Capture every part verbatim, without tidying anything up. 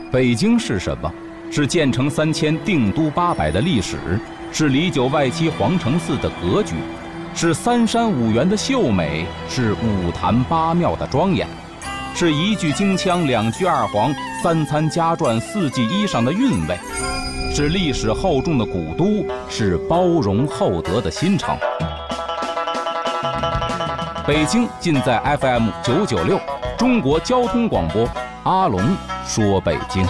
北京是什么？是建成三千、定都八百的历史，是里九外七皇城寺的格局，是三山五园的秀美，是五坛八庙的庄严，是一句京腔两句二黄，三餐家传四季衣裳的韵味，是历史厚重的古都，是包容厚德的新城。北京尽在 F M 九九六，中国交通广播，阿龙说北京。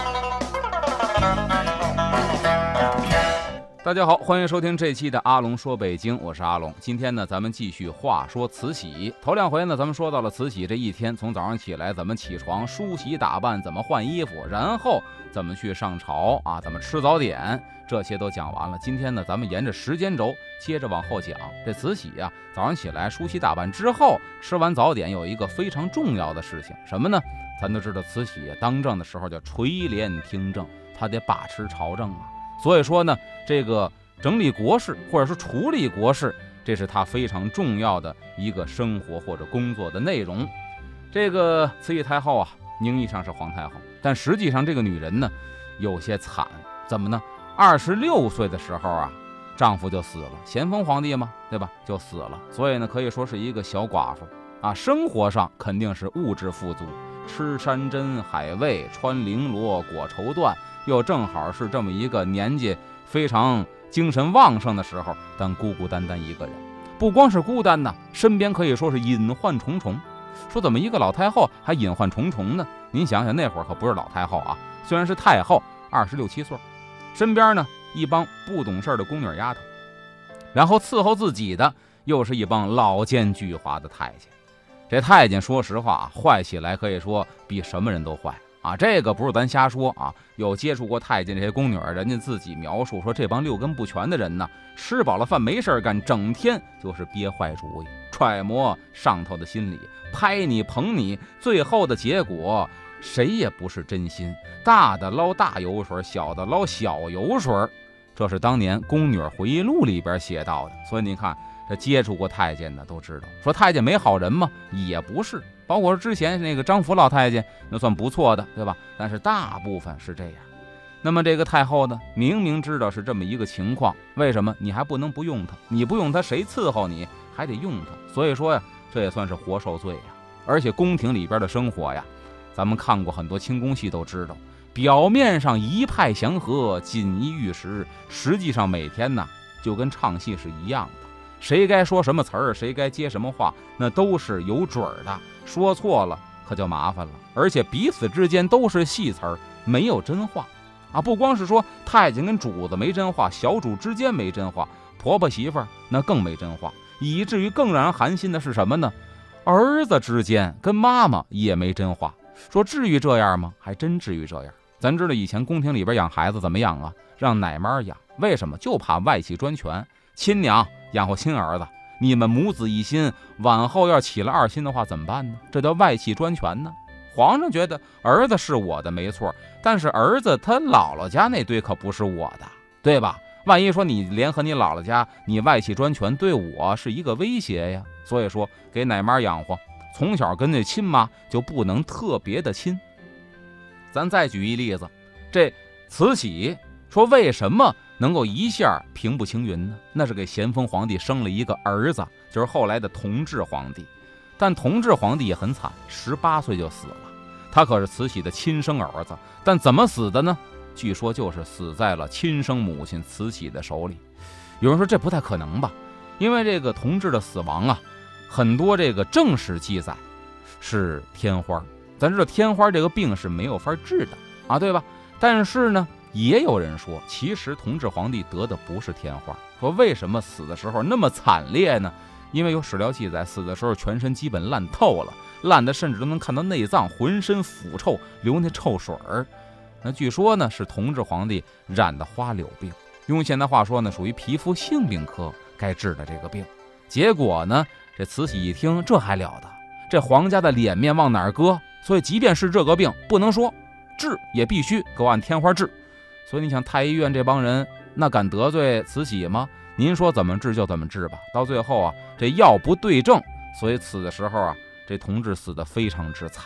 大家好，欢迎收听这期的阿龙说北京，我是阿龙。今天呢，咱们继续话说慈禧。头两回呢，咱们说到了慈禧这一天，从早上起来怎么起床、梳洗打扮、怎么换衣服，然后怎么去上朝啊，怎么吃早点，这些都讲完了。今天呢，咱们沿着时间轴接着往后讲。这慈禧啊，早上起来梳洗打扮之后，吃完早点，有一个非常重要的事情，什么呢？咱都知道，慈禧当政的时候叫垂帘听政，她得把持朝政啊。所以说呢，这个整理国事或者说处理国事，这是他非常重要的一个生活或者工作的内容。这个慈禧太后啊，名义上是皇太后，但实际上这个女人呢有些惨。怎么呢？二十六岁的时候啊，丈夫就死了，咸丰皇帝嘛，对吧？就死了，所以呢可以说是一个小寡妇啊。生活上肯定是物质富足，吃山珍海味，穿绫罗，裹绸缎，又正好是这么一个年纪非常精神旺盛的时候，但孤孤单单一个人。不光是孤单呢，身边可以说是隐患重重。说怎么一个老太后还隐患重重呢？您想想，那会儿可不是老太后啊，虽然是太后，二十六七岁，身边呢一帮不懂事的宫女丫头，然后伺候自己的又是一帮老奸巨猾的太监。这太监说实话，坏起来可以说比什么人都坏啊，这个不是咱瞎说啊，有接触过太监这些宫女，人家自己描述说，这帮六根不全的人呢，吃饱了饭没事干，整天就是憋坏主意，揣摩上头的心理，拍你捧你，最后的结果谁也不是真心，大的捞大油水，小的捞小油水，这是当年宫女回忆录里边写到的。所以你看，这接触过太监的都知道，说太监没好人吗？也不是，包括之前那个张福老太监，那算不错的，对吧？但是大部分是这样。那么这个太后呢，明明知道是这么一个情况，为什么你还不能不用她？你不用她，谁伺候你？还得用她。所以说呀，这也算是活受罪呀。而且宫廷里边的生活呀，咱们看过很多清宫戏都知道，表面上一派祥和，锦衣玉食，实际上每天呢就跟唱戏是一样的。谁该说什么词儿，谁该接什么话，那都是有准儿的，说错了可就麻烦了。而且彼此之间都是戏词儿，没有真话啊！不光是说太监跟主子没真话，小主之间没真话，婆婆媳妇儿那更没真话，以至于更让人寒心的是什么呢？儿子之间跟妈妈也没真话。说至于这样吗？还真至于这样。咱知道以前宫廷里边养孩子怎么样啊？让奶妈养，为什么？就怕外戚专权，亲娘养活亲儿子，你们母子一心，往后要起了二心的话怎么办呢？这叫外戚专权呢。皇上觉得儿子是我的没错，但是儿子他姥姥家那堆可不是我的，对吧？万一说你联合你姥姥家，你外戚专权，对我是一个威胁呀。所以说给奶妈养活，从小跟那亲妈就不能特别的亲。咱再举一例子，这慈禧说为什么能够一下平步青云呢？那是给咸丰皇帝生了一个儿子，就是后来的同治皇帝。但同治皇帝也很惨，十八岁就死了，他可是慈禧的亲生儿子。但怎么死的呢？据说就是死在了亲生母亲慈禧的手里。有人说这不太可能吧，因为这个同治的死亡啊，很多这个正史记载是天花，咱知道天花这个病是没有法治的啊，对吧？但是呢，也有人说，其实同治皇帝得的不是天花。说为什么死的时候那么惨烈呢？因为有史料记载，死的时候全身基本烂透了，烂的甚至都能看到内脏，浑身腐臭，流那臭水儿。那据说呢，是同治皇帝染的花柳病，用现代话说呢，属于皮肤性病科该治的这个病。结果呢，这慈禧一听，这还了得？这皇家的脸面往哪儿搁？所以即便是这个病，不能说治也必须给我按天花治。所以你想太医院这帮人，那敢得罪慈禧吗？您说怎么治就怎么治吧。到最后啊，这药不对症，所以死的时候啊，这同治死得非常之惨。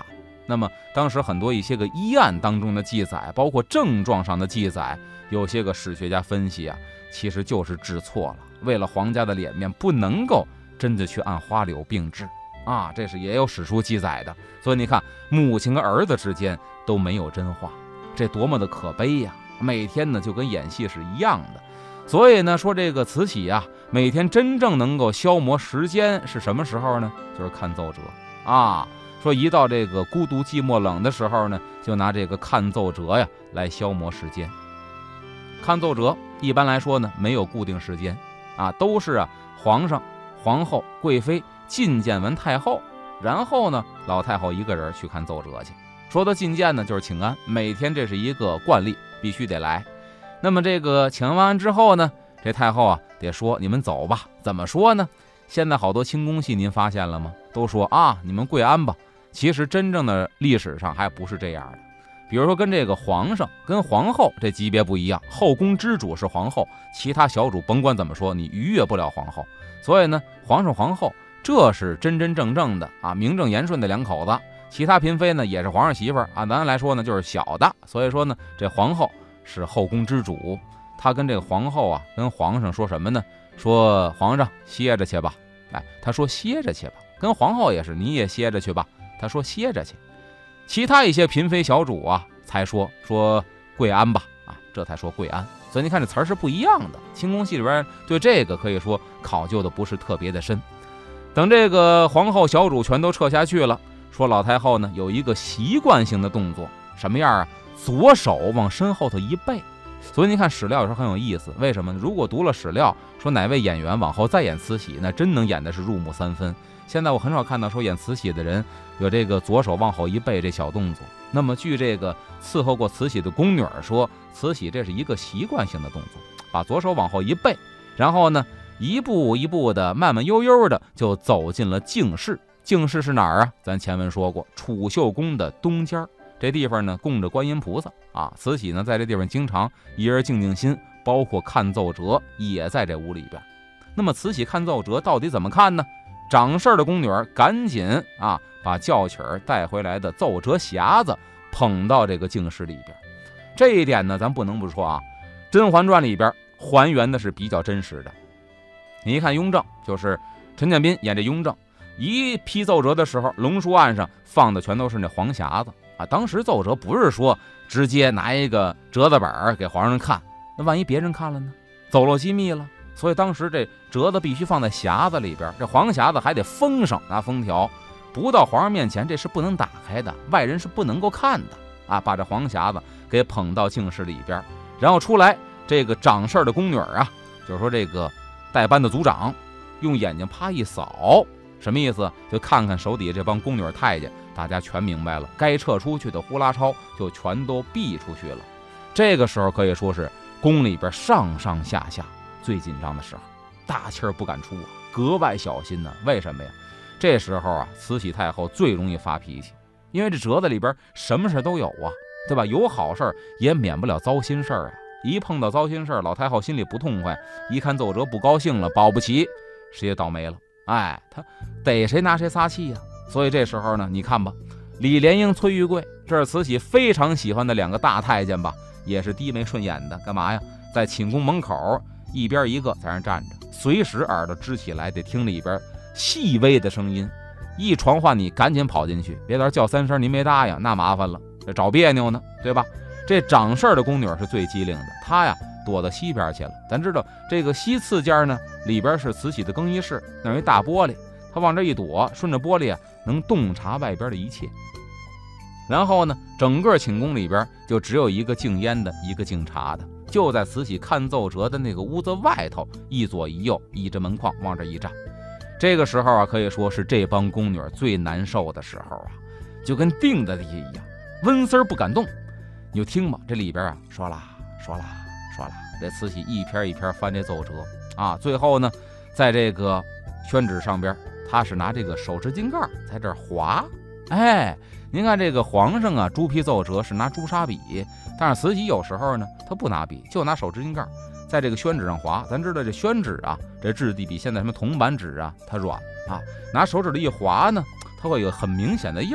那么当时很多一些个医案当中的记载，包括症状上的记载，有些个史学家分析啊，其实就是治错了，为了皇家的脸面，不能够真的去按花柳病治啊，这是也有史书记载的。所以你看，母亲和儿子之间都没有真话，这多么的可悲呀！每天呢就跟演戏是一样的。所以呢，说这个慈禧啊，每天真正能够消磨时间是什么时候呢？就是看奏折啊。说一到这个孤独寂寞冷的时候呢，就拿这个看奏折呀来消磨时间。看奏折一般来说呢没有固定时间啊，都是啊皇上、皇后、贵妃觐见完太后，然后呢老太后一个人去看奏折去。说的觐见呢就是请安，每天这是一个惯例，必须得来。那么这个请完安之后呢，这太后啊得说你们走吧。怎么说呢？现在好多清宫戏您发现了吗？都说啊你们跪安吧。其实真正的历史上还不是这样的。比如说跟这个皇上跟皇后这级别不一样，后宫之主是皇后，其他小主甭管怎么说你逾越不了皇后。所以呢皇上皇后这是真真正正的啊名正言顺的两口子，其他嫔妃呢也是皇上媳妇儿啊，咱来说呢就是小的。所以说呢这皇后是后宫之主，他跟这个皇后啊跟皇上说什么呢？说皇上歇着去吧。哎，他说歇着去吧。跟皇后也是，你也歇着去吧。他说歇着去。其他一些嫔妃小主啊才说说跪安吧啊，这才说跪安。所以你看这词儿是不一样的。清宫戏里边对这个可以说考究的不是特别的深。等这个皇后小主全都撤下去了，说老太后呢有一个习惯性的动作，什么样啊？左手往身后头一背。所以你看史料有时候很有意思，为什么？如果读了史料说哪位演员往后再演慈禧，那真能演的是入木三分。现在我很少看到说演慈禧的人有这个左手往后一背这小动作。那么据这个伺候过慈禧的宫女说，慈禧这是一个习惯性的动作，把左手往后一背，然后呢一步一步的慢慢悠悠的就走进了净室。净室是哪儿啊？咱前文说过，储秀宫的东间，这地方呢供着观音菩萨啊。慈禧呢在这地方经常一人静静心，包括看奏折也在这屋里边。那么慈禧看奏折到底怎么看呢？掌事的宫女赶紧啊把叫曲儿带回来的奏折匣子捧到这个净室里边。这一点呢咱不能不说啊，《甄嬛传》里边还原的是比较真实的。你一看雍正，就是陈建斌演这雍正，一批奏折的时候，龙书案上放的全都是那黄匣子啊。当时奏折不是说直接拿一个折子本给皇上看，那万一别人看了呢，走漏机密了。所以当时这折子必须放在匣子里边，这黄匣子还得封上，拿封条，不到皇上面前这是不能打开的，外人是不能够看的啊。把这黄匣子给捧到净室里边，然后出来，这个掌事的宫女啊，就是说这个带班的组长，用眼睛啪一扫，什么意思？就看看手底下这帮宫女太监，大家全明白了，该撤出去的呼啦超就全都避出去了。这个时候可以说是宫里边上上下下最紧张的时候，大气儿不敢出啊，格外小心呢、啊。为什么呀？这时候啊，慈禧太后最容易发脾气，因为这折子里边什么事都有啊，对吧？有好事也免不了糟心事儿啊。一碰到糟心事儿，老太后心里不痛快，一看奏折不高兴了，保不齐谁也倒霉了。哎，他逮谁拿谁撒气呀、啊。所以这时候呢，你看吧，李莲英、崔玉贵，这是慈禧非常喜欢的两个大太监吧，也是低眉顺眼的。干嘛呀？在寝宫门口一边一个在那站着，随时耳朵支起来，得听里边细微的声音，一传话你赶紧跑进去，别到时候叫三声您没答应，那麻烦了，这找别扭呢，对吧？这掌事的宫女是最机灵的，她呀躲到西边去了。咱知道这个西次间呢，里边是慈禧的更衣室，那有一大玻璃，她往这一躲，顺着玻璃啊能洞察外边的一切。然后呢，整个寝宫里边就只有一个禁烟的，一个敬茶的，就在慈禧看奏折的那个屋子外头，一左一右倚着门框往这一站。这个时候啊，可以说是这帮宫女最难受的时候啊，就跟钉在地下一样，温丝儿不敢动。你就听吧，这里边啊说啦说啦说啦，这慈禧一篇一篇翻这奏折啊，最后呢，在这个宣纸上边，他是拿这个手指巾盖在这划。哎，您看这个皇上啊，朱批奏折是拿朱砂笔，但是慈禧有时候呢，他不拿笔，就拿手指巾盖在这个宣纸上划。咱知道这宣纸啊，这质地比现在什么铜板纸啊，它软啊，拿手指的一划呢，它会有很明显的印儿，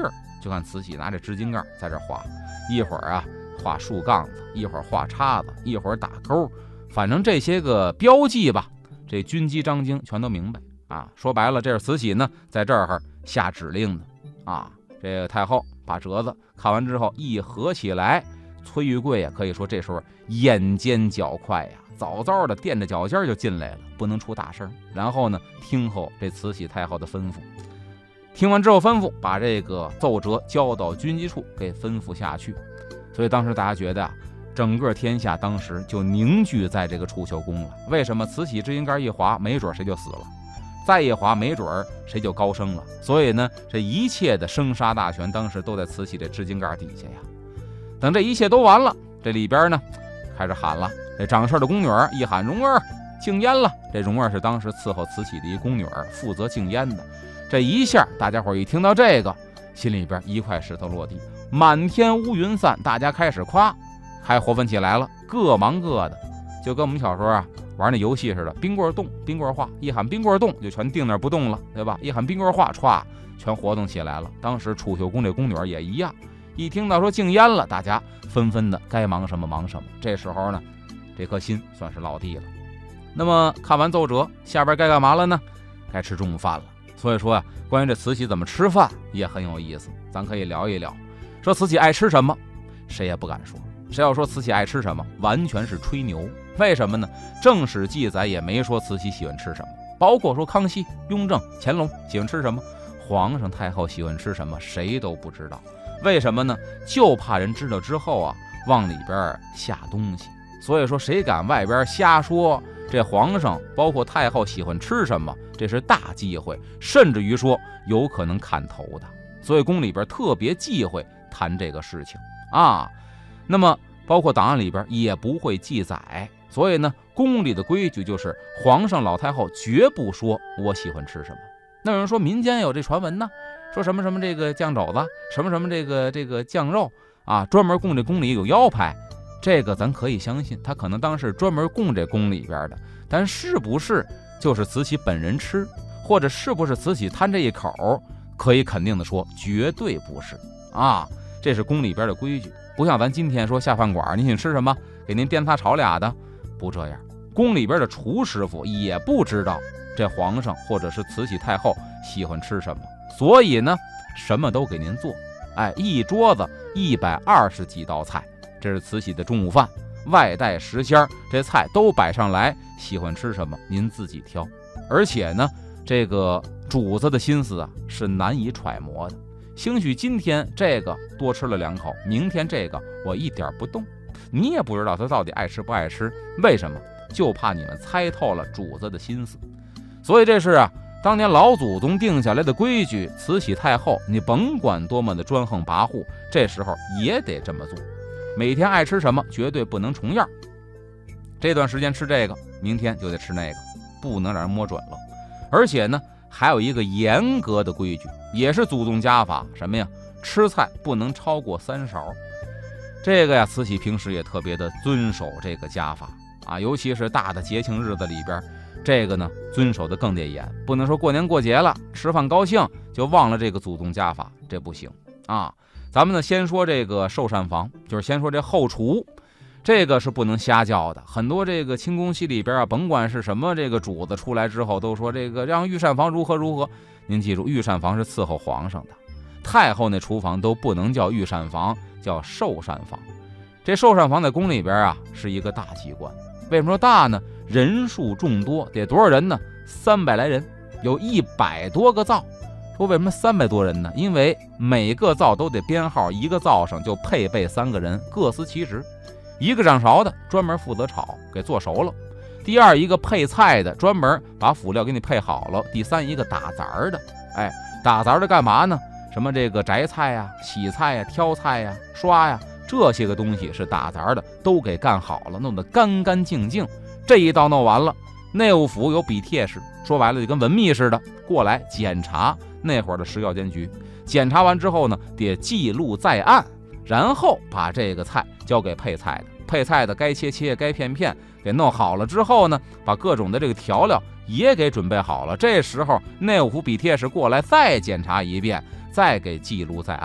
就看慈禧拿着直井盖在这画，一会儿啊画竖杠子，一会儿画叉子，一会儿打勾，反正这些个标记吧，这军机张京全都明白啊。说白了，这是慈禧呢在这儿下指令的啊。这个太后把折子看完之后一合起来，崔玉贵呀，可以说这时候眼尖脚快呀，早早的垫着脚尖就进来了，不能出大声。然后呢，听候这慈禧太后的吩咐。听完之后吩咐把这个奏折交到军机处给吩咐下去。所以当时大家觉得啊，整个天下当时就凝聚在这个储秀宫了。为什么？慈禧直井盖一划，没准谁就死了；再一划，没准谁就高升了。所以呢，这一切的生杀大权当时都在慈禧这直井盖底下呀。等这一切都完了，这里边呢开始喊了。这掌事的宫女一喊蓉儿敬烟了。这蓉儿是当时伺候慈禧的一宫女，负责敬烟的。这一下大家伙一听到这个，心里边一块石头落地，满天乌云散，大家开始夸，还活泛起来了，各忙各的，就跟我们小时候啊玩那游戏似的，冰棍动冰棍画，一喊冰棍动就全定那不动了，对吧？一喊冰棍画歘全活动起来了。当时储秀宫这宫女也一样，一听到说禁烟了，大家纷纷的该忙什么忙什么。这时候呢，这颗心算是落地了。那么看完奏折，下边该干嘛了呢？该吃中午饭了。所以说啊，关于这慈禧怎么吃饭也很有意思，咱可以聊一聊。说慈禧爱吃什么，谁也不敢说。谁要说慈禧爱吃什么，完全是吹牛。为什么呢？正史记载也没说慈禧喜欢吃什么，包括说康熙、雍正、乾隆喜欢吃什么，皇上太后喜欢吃什么，谁都不知道。为什么呢？就怕人知道之后啊，往里边下东西。所以说，谁敢外边瞎说这皇上包括太后喜欢吃什么，这是大忌讳，甚至于说有可能砍头的。所以宫里边特别忌讳谈这个事情啊。那么包括档案里边也不会记载。所以呢，宫里的规矩就是皇上老太后绝不说我喜欢吃什么。那有人说民间有这传闻呢，说什么什么这个酱肘子，什么什么这个这个酱肉啊，专门供这宫里有腰排。这个咱可以相信，他可能当时专门供这宫里边的，但是不是就是慈禧本人吃，或者是不是慈禧贪这一口，可以肯定的说，绝对不是啊。这是宫里边的规矩，不像咱今天说下饭馆，您想吃什么，给您颠仨炒俩的，不这样。宫里边的厨师傅也不知道这皇上或者是慈禧太后喜欢吃什么，所以呢，什么都给您做。哎，一桌子一百二十几道菜。这是慈禧的中午饭，外带十仙，这菜都摆上来，喜欢吃什么您自己挑。而且呢，这个主子的心思啊是难以揣摩的。兴许今天这个多吃了两口，明天这个我一点不动，你也不知道他到底爱吃不爱吃。为什么？就怕你们猜透了主子的心思。所以这是啊，当年老祖宗定下来的规矩。慈禧太后，你甭管多么的专横跋扈，这时候也得这么做。每天爱吃什么，绝对不能重样。这段时间吃这个，明天就得吃那个，不能让人摸准了。而且呢，还有一个严格的规矩，也是祖宗家法，什么呀？吃菜不能超过三勺。这个呀，慈禧平时也特别的遵守这个家法啊，尤其是大的节庆日子里边，这个呢遵守的更得严，不能说过年过节了吃饭高兴就忘了这个祖宗家法，这不行啊。咱们呢，先说这个寿膳房，就是先说这后厨，这个是不能瞎叫的。很多这个清宫戏里边啊，甭管是什么这个主子出来之后，都说这个让御膳房如何如何。您记住，御膳房是伺候皇上的，太后那厨房都不能叫御膳房，叫寿膳房。这寿膳房在宫里边啊，是一个大机关。为什么说大呢？人数众多，得多少人呢？三百来人，有一百多个灶。说为什么三百多人呢？因为每个灶都得编号，一个灶上就配备三个人，各司其职。一个掌勺的专门负责炒，给做熟了；第二一个配菜的，专门把辅料给你配好了；第三一个打杂的，哎，打杂的干嘛呢？什么这个摘菜呀、洗菜呀、挑菜呀、刷呀，这些个东西是打杂的，都给干好了，弄得干干净净。这一道弄完了，内务府有笔帖式，说白了就跟文秘似的，过来检查。那会儿的食药监局检查完之后呢，得记录在案，然后把这个菜交给配菜的，配菜的该切切该片片给弄好了之后呢，把各种的这个调料也给准备好了。这时候内务府笔帖是过来再检查一遍，再给记录在案。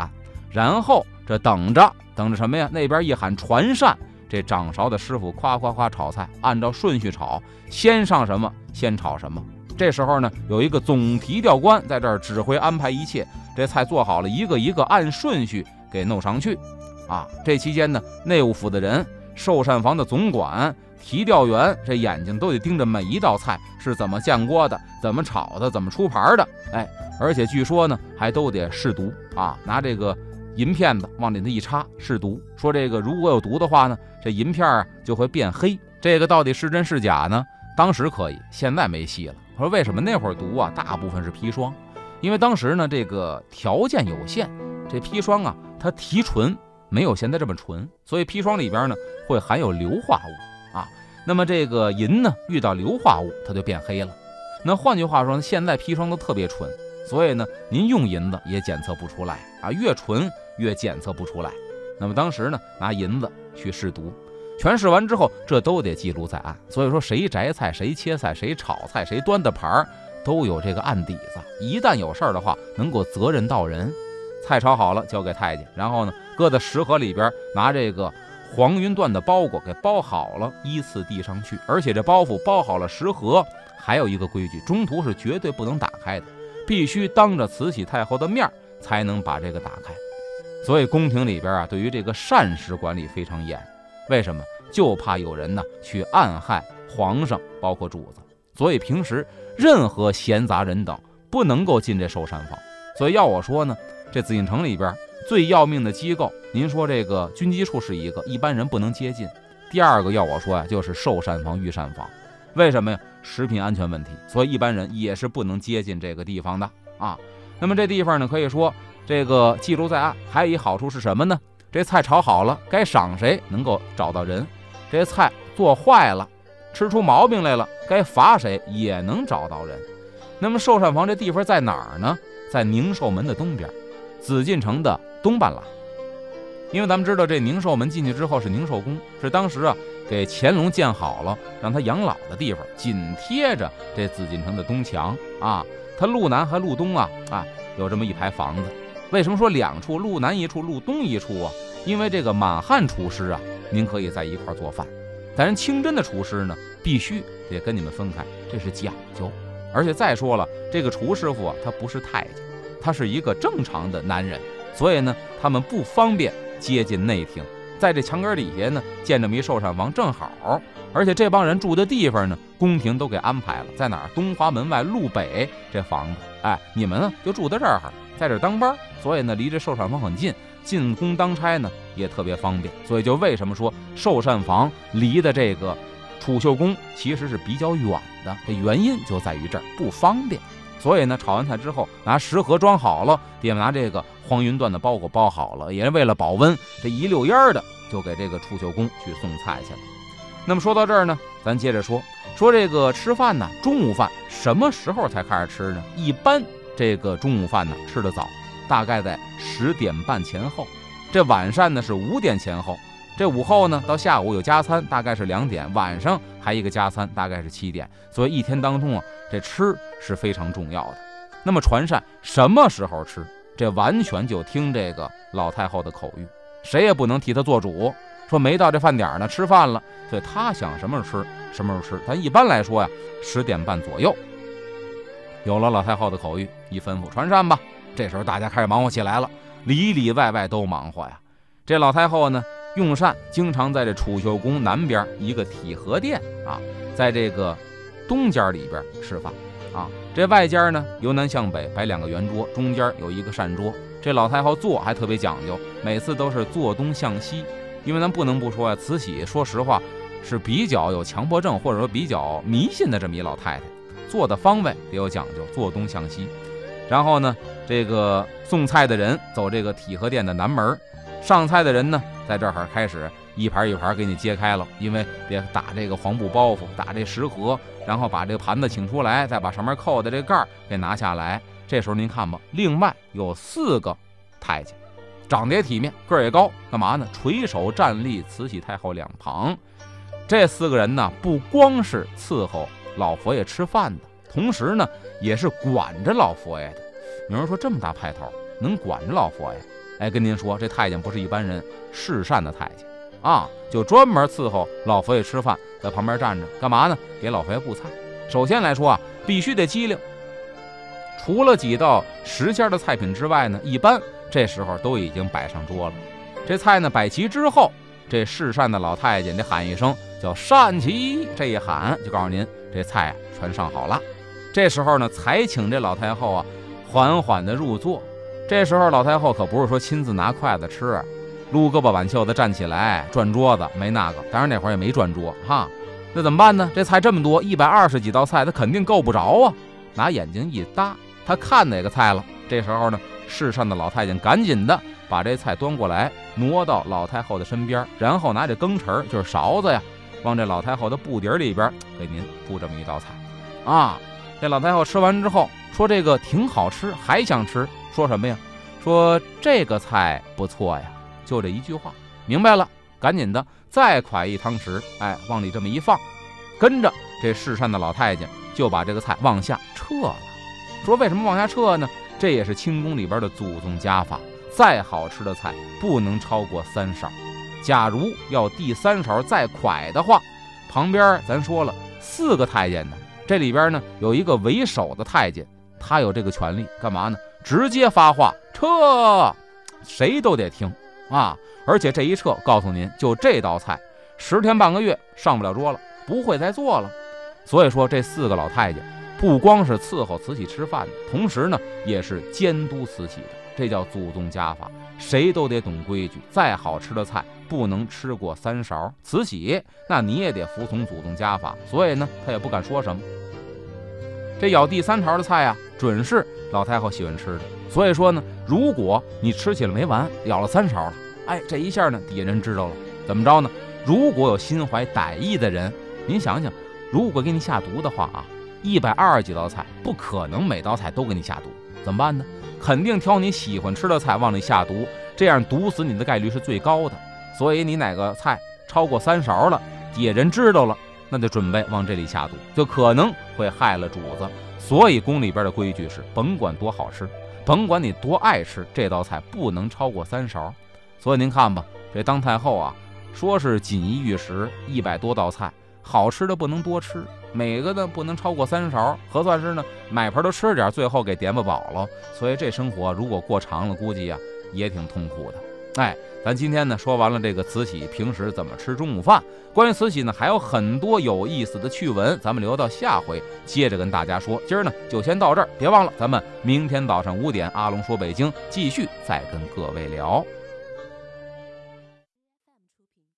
然后这等着等着什么呀？那边一喊传膳，这掌勺的师傅夸夸夸炒菜，按照顺序炒，先上什么先炒什么。这时候呢，有一个总提调官在这儿指挥安排一切，这菜做好了，一个一个按顺序给弄上去啊。这期间呢，内务府的人、寿膳房的总管、提调员，这眼睛都得盯着每一道菜是怎么降锅的，怎么炒的，怎么出盘的。哎，而且据说呢，还都得试毒啊，拿这个银片子往里头一插试毒，说这个如果有毒的话呢，这银片啊就会变黑。这个到底是真是假呢？当时可以，现在没戏了。我说为什么那会儿毒啊，大部分是砒霜，因为当时呢这个条件有限，这砒霜啊它提纯没有现在这么纯，所以砒霜里边呢会含有硫化物啊。那么这个银呢遇到硫化物它就变黑了。那换句话说呢，现在砒霜都特别纯，所以呢您用银子也检测不出来啊，越纯越检测不出来。那么当时呢拿银子去试毒，全试完之后，这都得记录在案。所以说，谁摘菜、谁切菜、谁炒菜、谁端的盘儿，都有这个案底子。一旦有事儿的话，能够责任到人。菜炒好了，交给太监，然后呢，搁在食盒里边，拿这个黄云缎的包裹给包好了，依次递上去。而且这包袱包好了食盒，还有一个规矩，中途是绝对不能打开的，必须当着慈禧太后的面才能把这个打开。所以宫廷里边啊，对于这个膳食管理非常严。为什么？就怕有人呢去暗害皇上，包括主子。所以平时任何闲杂人等不能够进这寿膳房。所以要我说呢，这紫禁城里边最要命的机构，您说这个军机处是一个，一般人不能接近。第二个要我说呀，就是寿膳房、御膳房。为什么呀？食品安全问题，所以一般人也是不能接近这个地方的啊。那么这地方呢，可以说这个记录在案，还有一好处是什么呢？这菜炒好了，该赏谁能够找到人；这菜做坏了，吃出毛病来了，该罚谁也能找到人。那么寿膳房这地方在哪儿呢？在宁寿门的东边，紫禁城的东半拉。因为咱们知道这宁寿门进去之后是宁寿宫，是当时啊给乾隆建好了让他养老的地方，紧贴着这紫禁城的东墙啊。它路南还路东啊啊，有这么一排房子。为什么说两处，路南一处，路东一处啊？因为这个满汉厨师啊，您可以在一块做饭，但人清真的厨师呢，必须得跟你们分开，这是讲究。而且再说了，这个厨师傅啊，他不是太监，他是一个正常的男人，所以呢，他们不方便接近内廷。在这墙根底下呢，建这么一寿膳房正好，而且这帮人住的地方呢，宫廷都给安排了，在哪儿？东华门外路北这房子，哎，你们呢就住在这儿，在这儿当班，所以呢，离这寿膳房很近，进宫当差呢也特别方便。所以就为什么说寿膳房离的这个储秀宫其实是比较远的，这原因就在于这儿不方便。所以呢，炒完菜之后拿食盒装好了，底下拿这个黄云缎的包裹包好了，也是为了保温，这一溜烟的就给这个储秀宫去送菜去了。那么说到这儿呢，咱接着说说这个吃饭呢，中午饭什么时候才开始吃呢？一般这个中午饭呢吃得早，大概在十点半前后。这晚膳呢是五点前后。这午后呢到下午有加餐，大概是两点，晚上还一个加餐，大概是七点。所以一天当中啊，这吃是非常重要的。那么传膳什么时候吃，这完全就听这个老太后的口谕，谁也不能替她做主。说没到这饭点呢，吃饭了，所以她想什么时候吃什么时候吃。咱一般来说呀，十点半左右。有了老太后的口谕，一吩咐传膳吧。这时候大家开始忙活起来了，里里外外都忙活呀。这老太后呢，用膳经常在这储秀宫南边一个体和殿啊，在这个东间里边吃饭啊。这外间呢由南向北摆两个圆桌，中间有一个膳桌。这老太后坐还特别讲究，每次都是坐东向西。因为咱不能不说呀，慈禧说实话是比较有强迫症，或者说比较迷信的这么一老太太，坐的方位也有讲究，坐东向西。然后呢，这个送菜的人走这个体和殿的南门，上菜的人呢在这儿开始一盘一盘给你揭开了，因为得打这个黄布包袱，打这食盒，然后把这个盘子请出来，再把上面扣的这盖给拿下来。这时候您看吧，另外有四个太监，长得也体面，个儿也高，干嘛呢？垂手站立慈禧太后两旁。这四个人呢，不光是伺候老佛爷吃饭的，同时呢，也是管着老佛爷的。有人说这么大派头，能管着老佛爷？ 哎，跟您说，这太监不是一般人，侍膳的太监啊，就专门伺候老佛爷吃饭，在旁边站着干嘛呢？给老佛爷布菜。首先来说啊，必须得机灵。除了几道时鲜的菜品之外呢，一般这时候都已经摆上桌了。这菜呢摆齐之后，这侍膳的老太监得喊一声叫膳齐，这一喊就告诉您这菜啊全上好了。这时候呢才请这老太后啊缓缓的入座。这时候老太后可不是说亲自拿筷子吃，撸胳膊挽袖子站起来转桌子，没那个。当然那会儿也没转桌哈。那怎么办呢？这菜这么多，一百二十几道菜，他肯定够不着啊。拿眼睛一搭，他看哪个菜了。这时候呢，侍膳的老太监赶紧的把这菜端过来，挪到老太后的身边，然后拿这羹匙，就是勺子呀，往这老太后的布底里边给您铺这么一道菜啊。这老太后吃完之后说这个挺好吃，还想吃，说什么呀？说这个菜不错呀，就这一句话。明白了，赶紧的再㧟一汤匙，哎，往里这么一放，跟着这侍膳的老太监就把这个菜往下撤了。说为什么往下撤呢？这也是清宫里边的祖宗家法，再好吃的菜不能超过三勺。假如要第三勺再㧟的话，旁边咱说了四个太监呢，这里边呢有一个为首的太监，他有这个权利干嘛呢？直接发话撤，谁都得听啊！而且这一撤，告诉您，就这道菜十天半个月上不了桌了，不会再做了。所以说这四个老太监不光是伺候慈禧吃饭的，同时呢也是监督慈禧的，这叫祖宗家法，谁都得懂规矩。再好吃的菜不能吃过三勺，慈禧那你也得服从祖宗家法，所以呢他也不敢说什么。这舀第三勺的菜啊，准是老太后喜欢吃的，所以说呢，如果你吃起来没完，舀了三勺了，哎，这一下呢底下人知道了，怎么着呢？如果有心怀歹意的人，您想想，如果给你下毒的话啊，一百二十几道菜，不可能每道菜都给你下毒，怎么办呢？肯定挑你喜欢吃的菜往里下毒，这样毒死你的概率是最高的。所以你哪个菜超过三勺了，底下人知道了，那就准备往这里下毒，就可能会害了主子。所以宫里边的规矩是，甭管多好吃，甭管你多爱吃，这道菜不能超过三勺。所以您看吧，这当太后啊，说是锦衣玉食，一百多道菜，好吃的不能多吃，每个呢不能超过三勺，核算是呢买盆都吃点，最后给点不饱了。所以这生活如果过长了，估计啊也挺痛苦的。哎，咱今天呢说完了这个慈禧平时怎么吃中午饭，关于慈禧呢还有很多有意思的趣闻，咱们留到下回接着跟大家说。今儿呢就先到这儿，别忘了咱们明天早上五点阿龙说北京继续再跟各位聊。